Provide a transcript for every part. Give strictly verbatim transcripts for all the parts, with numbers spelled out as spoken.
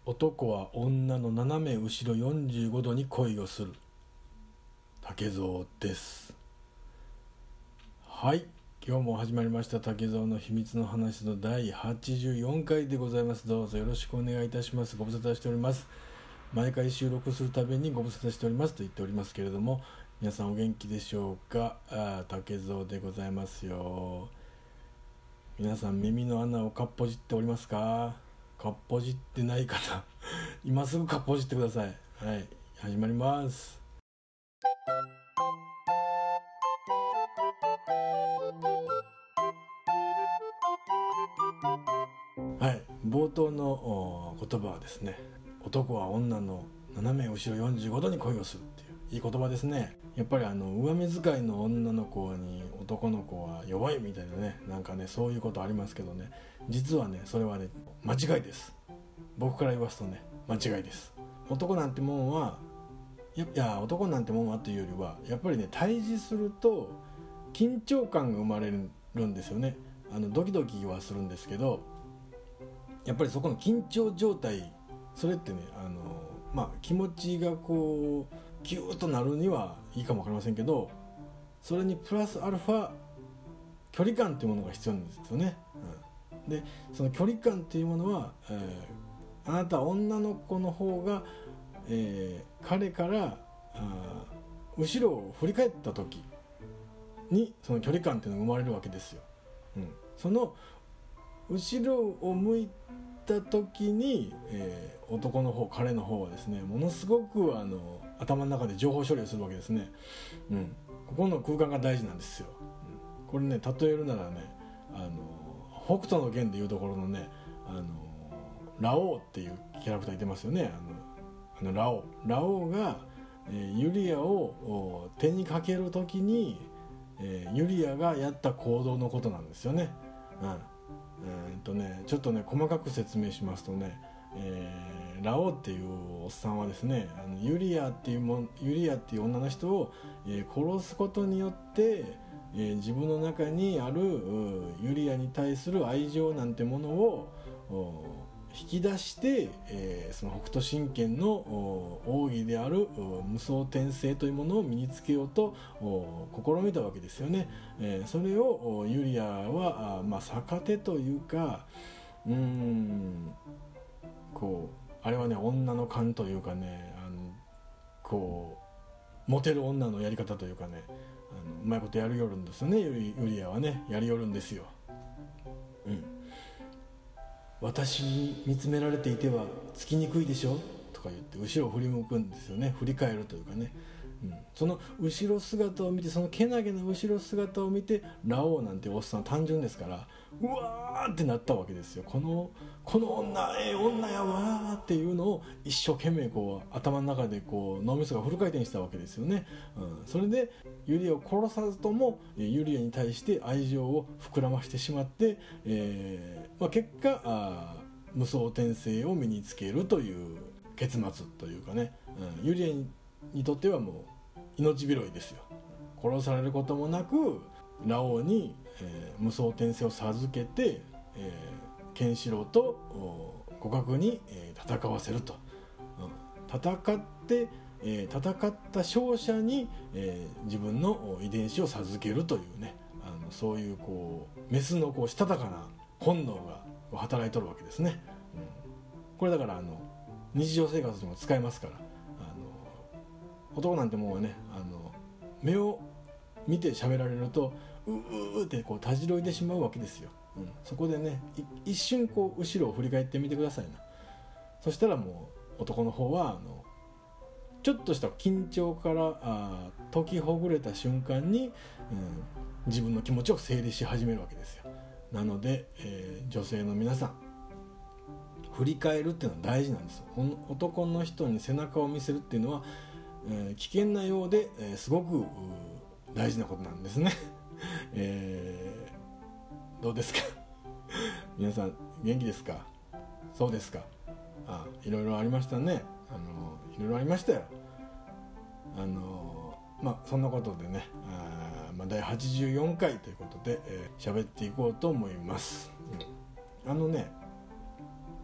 男は女の斜め後ろよんじゅうごどに恋をする。竹蔵です。はい、今日も始まりました竹蔵の秘密の話のだいはちじゅうよんかいでございます。どうぞよろしくお願いいたします。ご無沙汰しております。毎回収録するたびにご無沙汰しておりますと言っておりますけれども、皆さんお元気でしょうか。あ竹蔵でございますよ。皆さん耳の穴をかっぽじっておりますか。かっぽじってない方今すぐかっぽじってください。はい、始まります。はい、冒頭の言葉はですね、男は女の斜め後ろよんじゅうごどに恋をするっていういい言葉ですね。やっぱりあの上目遣いの女の子に男の子は弱いみたいなね、なんかねそういうことありますけどね、実はねそれはね間違いです。僕から言わすとね間違いです。男なんてもんはいや男なんてもんはというよりはやっぱりね対峙すると緊張感が生まれるんですよね。あのドキドキはするんですけど、やっぱりそこの緊張状態、それってねあの、まあ、気持ちがこうギューッとなるにはいいかもわかりませんけど、それにプラスアルファ距離感というものが必要なんですよね、うん、でその距離感というものは、えー、あなた女の子の方が、えー、彼からあ後ろを振り返った時にその距離感っていうのが生まれるわけですよ、うん、その後ろを向いた時に、えー、男の方彼の方はですねものすごくあの頭の中で情報処理をするわけですね、うん、ここの空間が大事なんですよ、うん、これね例えるならねあの北斗の拳でいうところのねあのラオウっていうキャラクターいてますよね。あのあのラオウラオウが、えー、ユリアを手にかける時に、えー、ユリアがやった行動のことなんですよね、うんえーっとね、ちょっとね細かく説明しますとね、えー、ラオウっていうおっさんはですねあのユリアっていうもユリアっていう女の人を、えー、殺すことによって、えー、自分の中にあるユリアに対する愛情なんてものを引き出して、えー、その北斗神拳の奥義である無双転生というものを身につけようと試みたわけですよね、えー、それをユリアは、まあ、逆手というかうーんこうあれはね女の勘というかねあのこうモテる女のやり方というかねあのうまいことやりよるんですよね。ユリ、ユリアはねやりよるんですよ、うん私に見つめられていてはつきにくいでしょとか言って後ろを振り向くんですよね。振り返るというかね、うん、その後ろ姿を見てそのけなげな後ろ姿を見てラオウなんておっさん単純ですからうわーってなったわけですよ。このこの女ええ女やわーっていうのを一生懸命こう頭の中でこう脳みそがフル回転したわけですよね、うん、それでユリアを殺さずともユリアに対して愛情を膨らましてしまって、えーまあ、結果あ無双転生を身につけるという結末というかね、うん、ユリアににとってはもう命拾いですよ。殺されることもなくラオウに、えー、無双転生を授けて、えー、ケンシロウと互角に、えー、戦わせると、うん、戦って、えー、戦った勝者に、えー、自分の遺伝子を授けるというねあのそういうこうメスのこうしたたかな本能が働いとるわけですね、うん、これだからあの日常生活にも使えますから、あの男なんてもんはねあの目を見て喋られるとうーってこうたじろいでしまうわけですよ、うん、そこでね一瞬こう後ろを振り返ってみてくださいな。そしたらもう男の方はあのちょっとした緊張からあ解きほぐれた瞬間に、うん、自分の気持ちを整理し始めるわけですよ。なので、えー、女性の皆さん振り返るっていうのは大事なんです。男の人に背中を見せるっていうのは、えー、危険なようで、えー、すごく大事なことなんですね、えー、どうですか皆さん元気ですか。そうですか。あいろいろありましたね。あのいろいろありましたよ。あのまあそんなことでねあ、まあ、だいはちじゅうよんかいということで喋、えー、っていこうと思います、うん、あのねち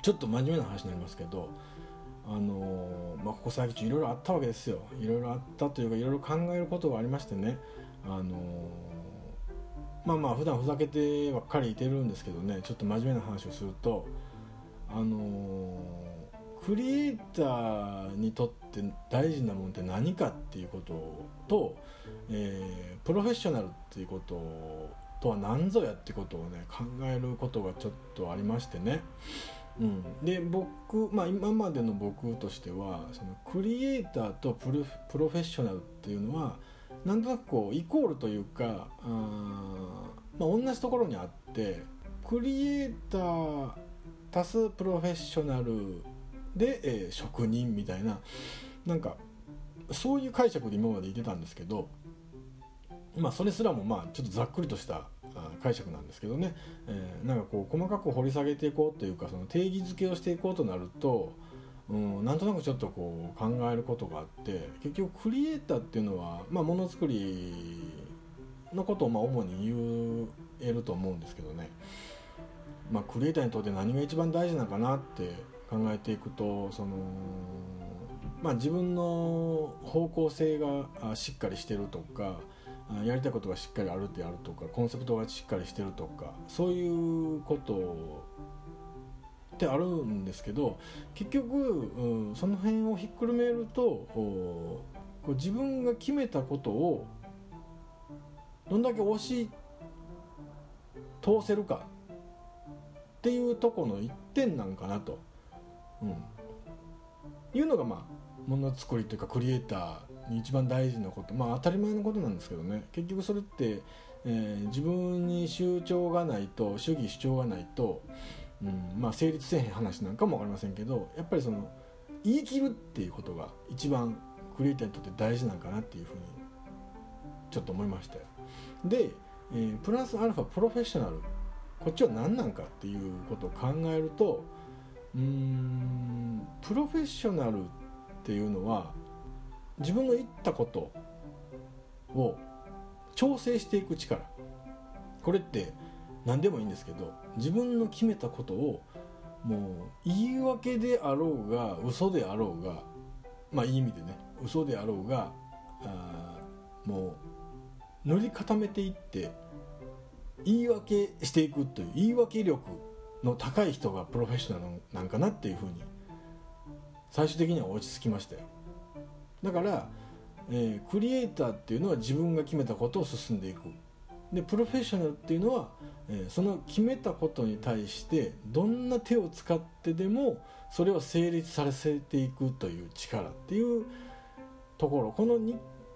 ちょっと真面目な話になりますけど、あのーまあ、ここ最近いろいろあったわけですよ。いろいろあったというか、いろいろ考えることがありましてね、あのー、まあまあ普段ふざけてばっかりいてるんですけどね、ちょっと真面目な話をすると、あのー、クリエイターにとって大事なものって何かっていうことと、えー、プロフェッショナルっていうこととは何ぞやってことをね考えることがちょっとありましてね、うん、で僕、まあ、今までの僕としてはそのクリエイターとプロ、プロフェッショナルっていうのはなんとなくこうイコールというか、あ、まあ、同じところにあって、クリエイター足すプロフェッショナルで、えー、職人みたいな、なんかそういう解釈で今まで言ってたんですけど、まあそれすらもまあちょっとざっくりとした解釈なんですけどね、えー、なんかこう細かく掘り下げていこうというか、その定義づけをしていこうとなると、うん、なんとなくちょっとこう考えることがあって、結局クリエイターっていうのは、まあ、ものづくりのことをまあ主に言えると思うんですけどね、まあ、クリエイターにとって何が一番大事なのかなって考えていくと、その、まあ、自分の方向性がしっかりしてるとか、やりたいことがしっかりあるであるとか、コンセプトがしっかりしてるとか、そういうことってあるんですけど、結局、うん、その辺をひっくるめると、こう自分が決めたことをどんだけ押し通せるかっていうところの一点なんかなと、うん、いうのがまあものづくりというかクリエイターに一番大事なこと、まあ当たり前のことなんですけどね、結局それって、えー、自分に主張がないと、主義主張がないと、うん、まあ成立せえへん話なんかも分かりませんけど、やっぱりその言い切るっていうことが一番クリエイターにとって大事なんかなっていうふうにちょっと思いましたよ。で、えー、プラスアルファプロフェッショナル、こっちは何なんかっていうことを考えると、うーんプロフェッショナルっていうのは自分の言ったことを調整していく力、これって何でもいいんですけど、自分の決めたことをもう言い訳であろうが嘘であろうが、まあいい意味でね、嘘であろうが、あもう塗り固めていって言い訳していくという、言い訳力の高い人がプロフェッショナルなんかなっていうふうに最終的には落ち着きましたよ。だから、えー、クリエイターっていうのは自分が決めたことを進んでいく。でプロフェッショナルっていうのは、えー、その決めたことに対してどんな手を使ってでもそれを成立させていくという力っていうところ、この 2,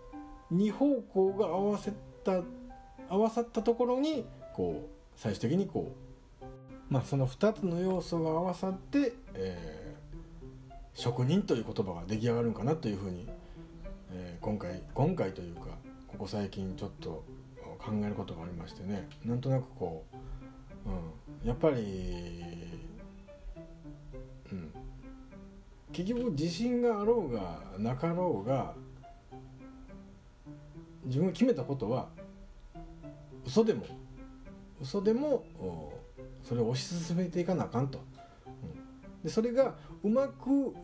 2方向が合わせた合わさったところにこう最終的にこう、まあ、そのふたつの要素が合わさって、えー、職人という言葉が出来上がるんかなというふうに、えー、今回今回というかここ最近ちょっと考えることがありましてね、なんとなくこう、うん、やっぱり、うん、結局自信があろうがなかろうが自分が決めたことは嘘でも嘘でもそれを推し進めていかなあかんと、うん、でそれがうまく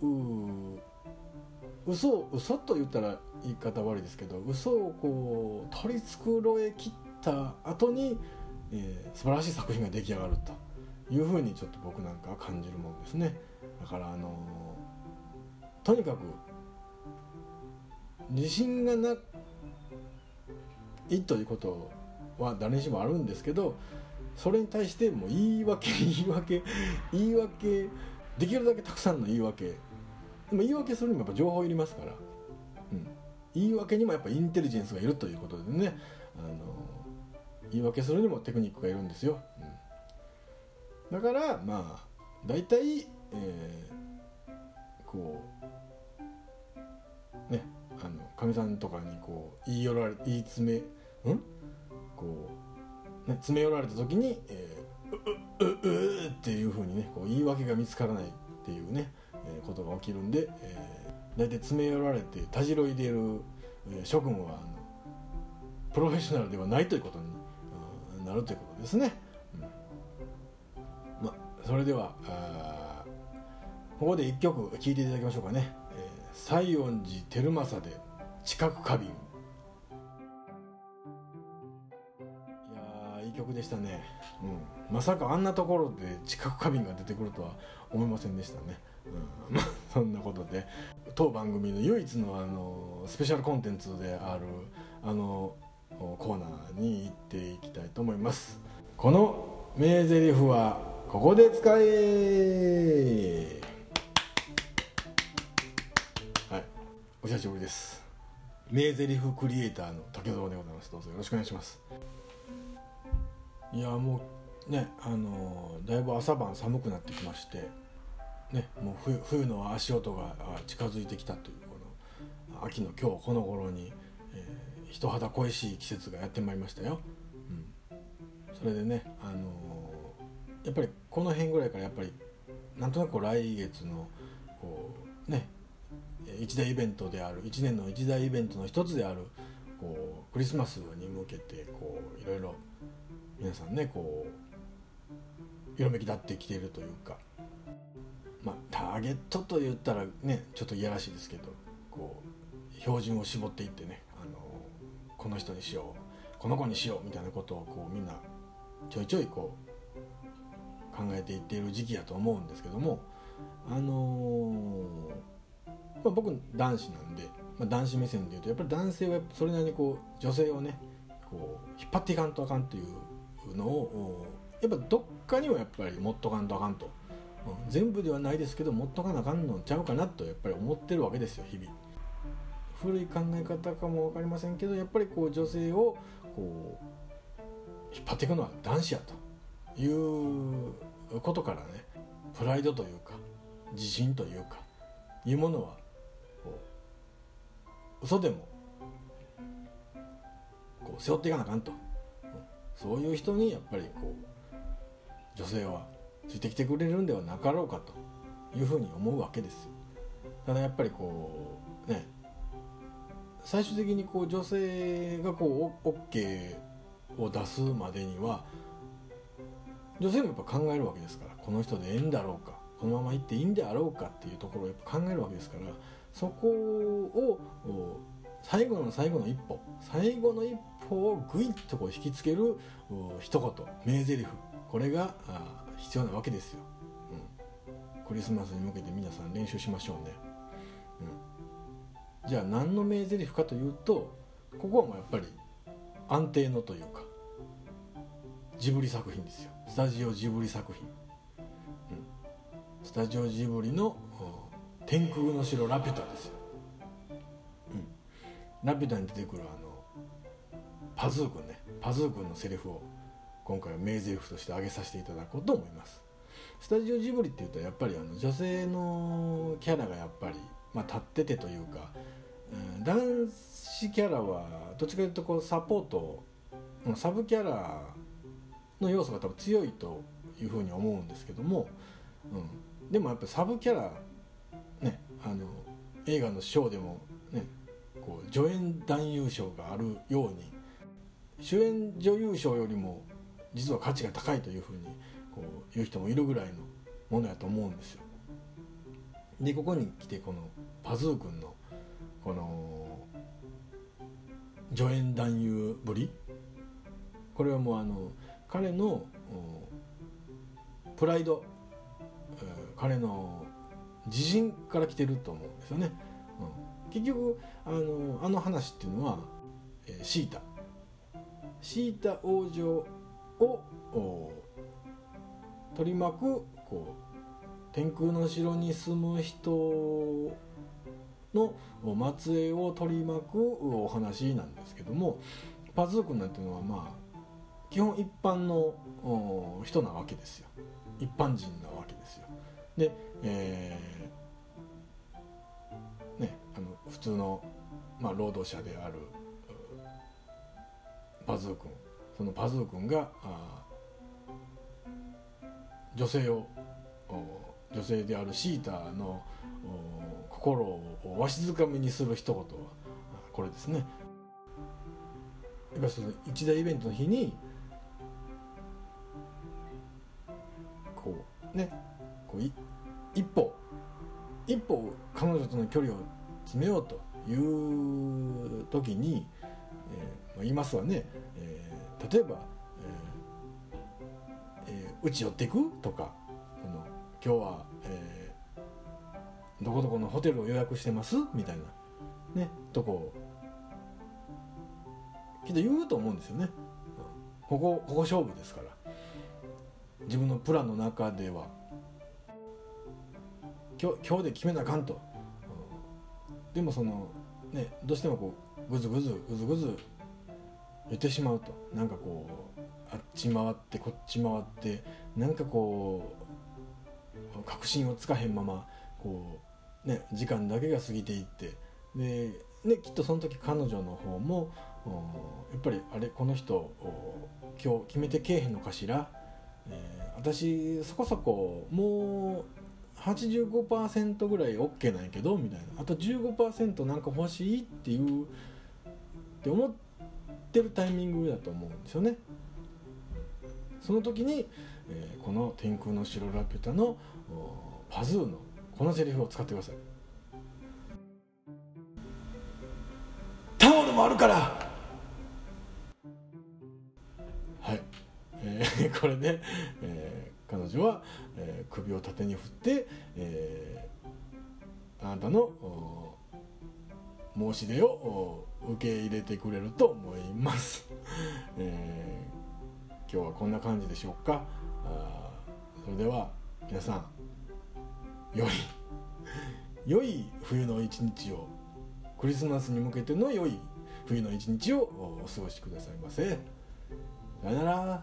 嘘嘘と言ったら言い方悪いですけど、嘘をこう取り繕い切った後に、えー、素晴らしい作品が出来上がるというふうにちょっと僕なんかは感じるもんですね。だからあのー、とにかく自信がないということは誰にしもあるんですけど、それに対してもう言い訳言い訳言い訳できるだけたくさんの言い訳、でも言い訳するにもやっぱ情報いりますから、うん、言い訳にもやっぱインテリジェンスがいるということでね、あの言い訳するにもテクニックがいるんですよ、うん、だからまあ大体、えー、こうね、あのかみさんとかにこう言い寄られ言い詰めんこう、ね、詰め寄られた時に、えー、ううううっていう風にねこう言い訳が見つからないっていうね、えー、ことが起きるんで、えー、大体詰め寄られてたじろいでいる、えー、諸君はあのプロフェッショナルではないということに、うん、なるということですね、うん、まあそれではあここでいっきょく聴いていただきましょうかね、えー、西園寺輝正で知覚過敏。いやー、いい曲でしたね、うん、まさかあんなところで知覚過敏が出てくるとは思いませんでしたね、うん、まあそんなことで当番組の唯一のあのスペシャルコンテンツであるあのコーナーに行っていきたいと思います。この名台詞はここで使え。はい、お久しぶりです。名台詞クリエイターの竹澤でございます。どうぞよろしくお願いします。いやもうね、あのだいぶ朝晩寒くなってきましてね、もう 冬, 冬の足音が近づいてきたというこの秋の今日この頃に、えー、人肌恋しい季節がやってまいりましたよ、うん、それでね、あのー、やっぱりこの辺ぐらいからやっぱりなんとなく来月のこうね一大イベントであるいちねんの一大イベントの一つであるこうクリスマスに向けてこういろいろ皆さんねこう色めき立ってきているというか、まあ、ターゲットと言ったらねちょっといやらしいですけどこう標準を絞っていってね、あのこの人にしようこの子にしようみたいなことをこうみんなちょいちょいこう考えていっている時期やと思うんですけども、あのーまあ、僕男子なんで、まあ、男子目線で言うとやっぱり男性はそれなりにこう女性をねこう引っ張っていかんとあかんというのをやっぱどっかにはやっぱり持っとかんとあかんと、うん、全部ではないですけど持っとかなあかんのちゃうかなとやっぱり思ってるわけですよ日々。古い考え方かも分かりませんけどやっぱりこう女性をこう引っ張っていくのは男子やということからねプライドというか自信というかいうものはこう嘘でもこう背負っていかなあかんと、うん、そういう人にやっぱりこう女性はついてきてくれるんではなかろうかというふうに思うわけですよ。ただやっぱりこうね最終的にこう女性がこう OK を出すまでには女性もやっぱ考えるわけですから、この人でええんだろうかこのまま行っていいんであろうかっていうところをやっぱ考えるわけですから、そこを最後の最後の一歩最後の一歩をグイッとこう引きつける一言名台詞、これが必要なわけですよ、うん、クリスマスに向けて皆さん練習しましょうね、うん、じゃあ何の名台詞かというと、ここはもうやっぱり安定のというかジブリ作品ですよ。スタジオジブリ作品、うん、スタジオジブリの天空の城ラピュタですよ、うん、ラピュタに出てくるあのパズー君ね、パズー君のセリフを今回は名台詞として挙げさせていただこうと思います。スタジオジブリっていうとやっぱりあの女性のキャラがやっぱり、まあ、立っててというか、うん、男子キャラはどっちかというとこうサポートサブキャラの要素が多分強いというふうに思うんですけども、うん、でもやっぱサブキャラね、あの映画の賞でもねこう助演男優賞があるように主演女優賞よりも実は価値が高いというふうにこう言う人もいるぐらいのものやと思うんですよ。でここに来てこのパズー君のこの助演男優ぶり、これはもうあの彼のプライド、えー、彼の自信から来てると思うんですよね、うん、結局あのあの話っていうのは、えー、シータシータ王女を取り巻くこう天空の城に住む人の末裔を取り巻くお話なんですけども、パズー君なんていうのはまあ基本一般の人なわけですよ。一般人なわけですよ。で、えーね、あの普通の、まあ、労働者であるパズー君、そのパズー君が女性を女性であるシータの心をわしづかみにする一言はこれですね。やっぱりその一大イベントの日にこうねこう一歩一歩彼女との距離を詰めようという時に、えーまあ、言いますわね、えー、例えば、えーえー、うち寄っていくとか、あの今日は、えー、どこどこのホテルを予約してますみたいなねとこきっと言うと思うんですよね。ここここ勝負ですから、自分のプランの中では今日、今日で決めなあかんと、うん、でもそのねどうしてもこうぐずぐずぐずぐず言ってしまうと、なんかこうあっち回ってこっち回ってなんかこう確信をつかへんままこうね時間だけが過ぎていって、で、ね、きっとその時彼女の方もやっぱりあれこの人今日決めてけえへんのかしら、えー、私そこそこもう はちじゅうごパーセント ぐらい OK なんやけどみたいな、あと じゅうごパーセント なんか欲しいっていうって思ってるタイミングだと思うんですよね。その時に、えー、この天空の城ラピュタのパズーのこのセリフを使ってください。タオルもあるから。はい、えー、これで、えー、彼女は、えー、首を縦に振って、えー、あなたの申し出を受け入れてくれると思います、えー、今日はこんな感じでしょうか。あそれでは皆さん良い良い冬の一日を、クリスマスに向けての良い冬の一日をお過ごしくださいませ。さよなら。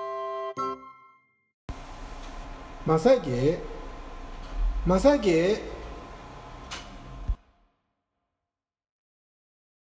正行正行